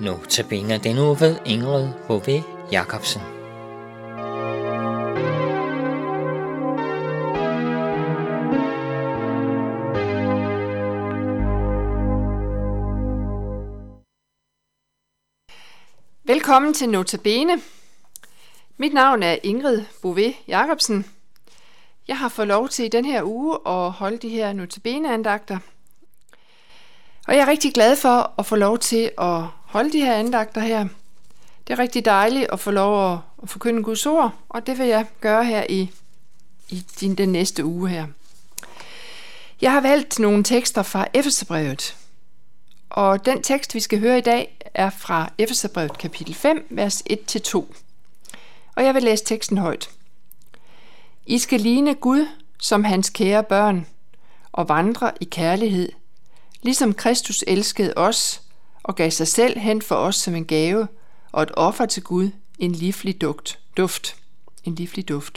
Notabene den uge ved Ingrid Bove Jacobsen. Velkommen til Notabene. Mit navn er Ingrid Bove Jacobsen. Jeg har fået lov til i den her uge at holde de her Notabene-andagter. Og jeg er rigtig glad for at få lov til at holde de her andagter her. Det er rigtig dejligt at få lov at forkynde Guds ord, og det vil jeg gøre her i den næste uge her. Jeg har valgt nogle tekster fra Efeserbrevet, og den tekst, vi skal høre i dag, er fra Efeserbrevet kapitel 5, vers 1-2. Og jeg vil læse teksten højt. I skal ligne Gud som hans kære børn og vandre i kærlighed, ligesom Kristus elskede os og gav sig selv hen for os som en gave og et offer til Gud, en livlig duft. En livlig duft.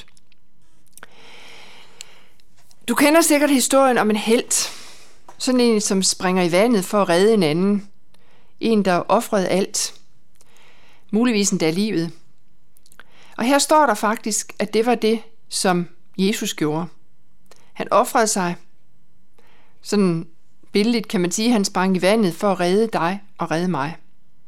Du kender sikkert historien om en helt, sådan en, som springer i vandet for at redde en anden. En, der ofrede alt. Muligvis endda livet. Og her står der faktisk, at det var det, som Jesus gjorde. Han ofrede sig. Sådan billedligt kan man sige, at han sprang i vandet for at redde dig og redde mig.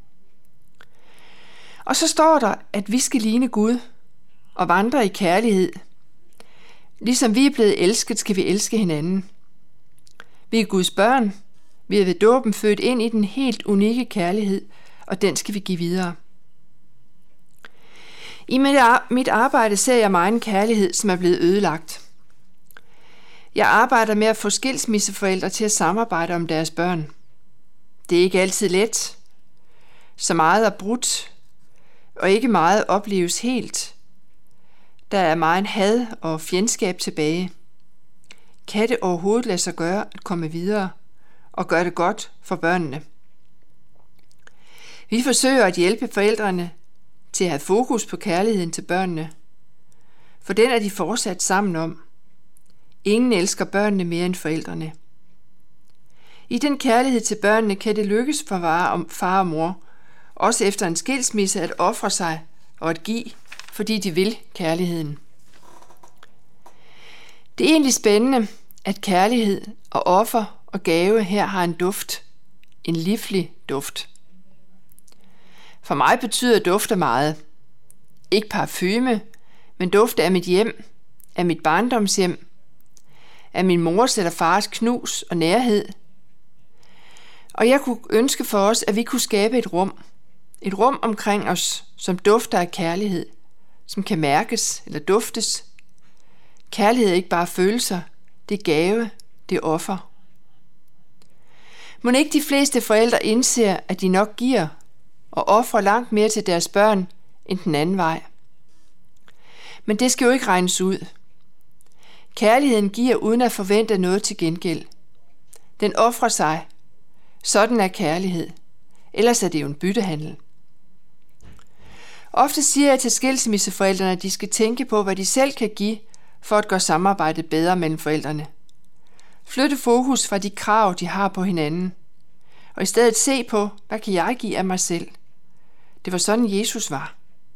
Og så står der, at vi skal ligne Gud og vandre i kærlighed. Ligesom vi er blevet elsket, skal vi elske hinanden. Vi er Guds børn. Vi er ved dåben født ind i den helt unikke kærlighed, og den skal vi give videre. I mit arbejde ser jeg megen kærlighed, som er blevet ødelagt. Jeg arbejder med at få skilsmisseforældre til at samarbejde om deres børn. Det er ikke altid let. Så meget er brudt, og ikke meget opleves helt. Der er meget had og fjendskab tilbage. Kan det overhovedet lade sig gøre at komme videre og gøre det godt for børnene? Vi forsøger at hjælpe forældrene til at have fokus på kærligheden til børnene, for den er de fortsat sammen om. Ingen elsker børnene mere end forældrene. I den kærlighed til børnene kan det lykkes for far og mor, også efter en skilsmisse, at ofre sig og at give, fordi de vil kærligheden. Det er egentlig spændende, at kærlighed og offer og gave her har en duft, en livlig duft. For mig betyder dufte meget. Ikke parfume, men dufte af mit hjem, af mit barndomshjem, af min mors eller fars knus og nærhed. Og jeg kunne ønske for os, at vi kunne skabe et rum omkring os, som dufter af kærlighed, som kan mærkes eller duftes. Kærlighed er ikke bare følelser, det er gave, det er offer. Mon ikke de fleste forældre indser, at de nok giver og ofrer langt mere til deres børn end den anden vej. Men det skal jo ikke regnes ud. Kærligheden giver uden at forvente noget til gengæld. Den ofrer sig. Sådan er kærlighed. Ellers er det jo en byttehandel. Ofte siger jeg til skilsmisseforældrene, at de skal tænke på, hvad de selv kan give for at gøre samarbejdet bedre mellem forældrene. Flytte fokus fra de krav, de har på hinanden, og i stedet se på, hvad kan jeg give af mig selv. Det var sådan, Jesus var.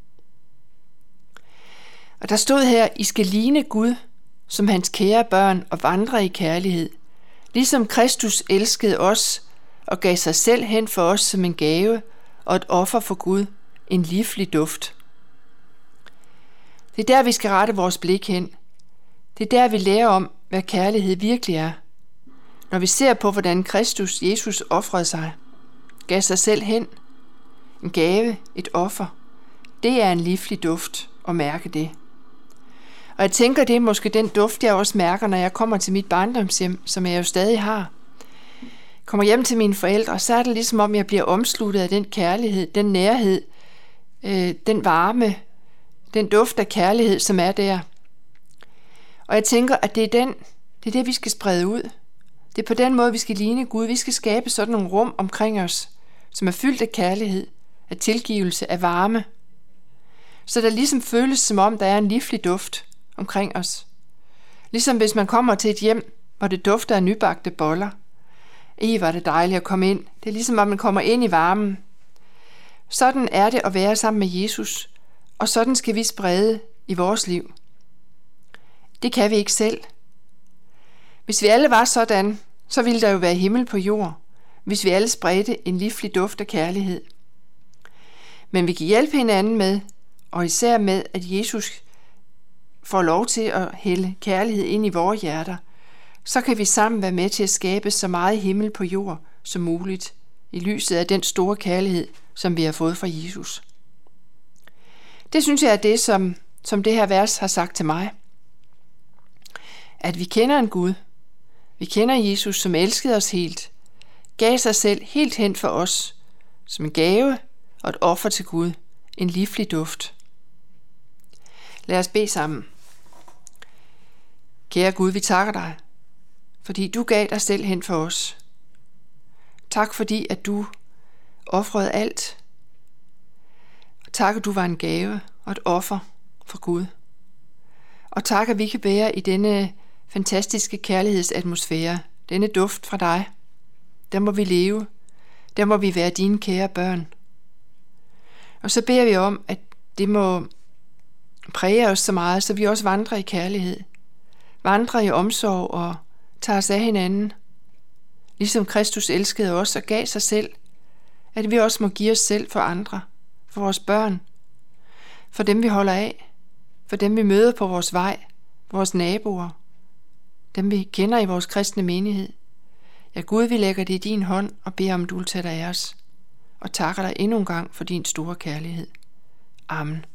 Og der stod her, I skal ligne Gud som hans kære børn og vandre i kærlighed, ligesom Kristus elskede os og gav sig selv hen for os som en gave og et offer for Gud, en livlig duft. Det er der, vi skal rette vores blik hen. Det er der, vi lærer om, hvad kærlighed virkelig er. Når vi ser på, hvordan Kristus, Jesus, ofrede sig, gav sig selv hen, en gave, et offer, det er en livlig duft at mærke det. Og jeg tænker, det er måske den duft, jeg også mærker, når jeg kommer til mit barndomshjem, som jeg jo stadig har. Kommer hjem til mine forældre, så er det ligesom om, jeg bliver omsluttet af den kærlighed, den nærhed, den varme, den duft af kærlighed, som er der. Og jeg tænker, at det er det, vi skal sprede ud. Det er på den måde, vi skal ligne Gud. Vi skal skabe sådan nogle rum omkring os, som er fyldt af kærlighed, af tilgivelse, af varme. Så der ligesom føles, som om der er en livlig duft omkring os. Ligesom hvis man kommer til et hjem, hvor det dufter af nybagte boller. Var det dejligt at komme ind. Det er ligesom, at man kommer ind i varmen. Sådan er det at være sammen med Jesus, og sådan skal vi sprede i vores liv. Det kan vi ikke selv. Hvis vi alle var sådan, så ville der jo være himmel på jord, hvis vi alle spredte en livlig duft af kærlighed. Men vi kan hjælpe hinanden med, og især med, at Jesus får lov til at hælde kærlighed ind i vores hjerter, så kan vi sammen være med til at skabe så meget himmel på jord som muligt, i lyset af den store kærlighed, som vi har fået fra Jesus. Det synes jeg er det, som det her vers har sagt til mig. At vi kender en Gud. Vi kender Jesus, som elskede os helt, gav sig selv helt hen for os, som en gave og et offer til Gud, en livlig duft. Lad os bede sammen. Kære Gud, vi takker dig, fordi du gav dig selv hen for os. Tak fordi, at du ofrede alt. Og tak, at du var en gave og et offer for Gud. Og tak, at vi kan bære i denne fantastiske kærlighedsatmosfære, denne duft fra dig. Der må vi leve. Der må vi være dine kære børn. Og så beder vi om, at det må præge os så meget, så vi også vandrer i kærlighed. Vandrer i omsorg og tager os af hinanden. Ligesom Kristus elskede os og gav sig selv, at vi også må give os selv for andre, for vores børn, for dem vi holder af, for dem vi møder på vores vej, vores naboer, dem vi kender i vores kristne menighed. Ja Gud, vi lægger det i din hånd og beder om, du vil tage dig af os, og takker dig endnu en gang for din store kærlighed. Amen.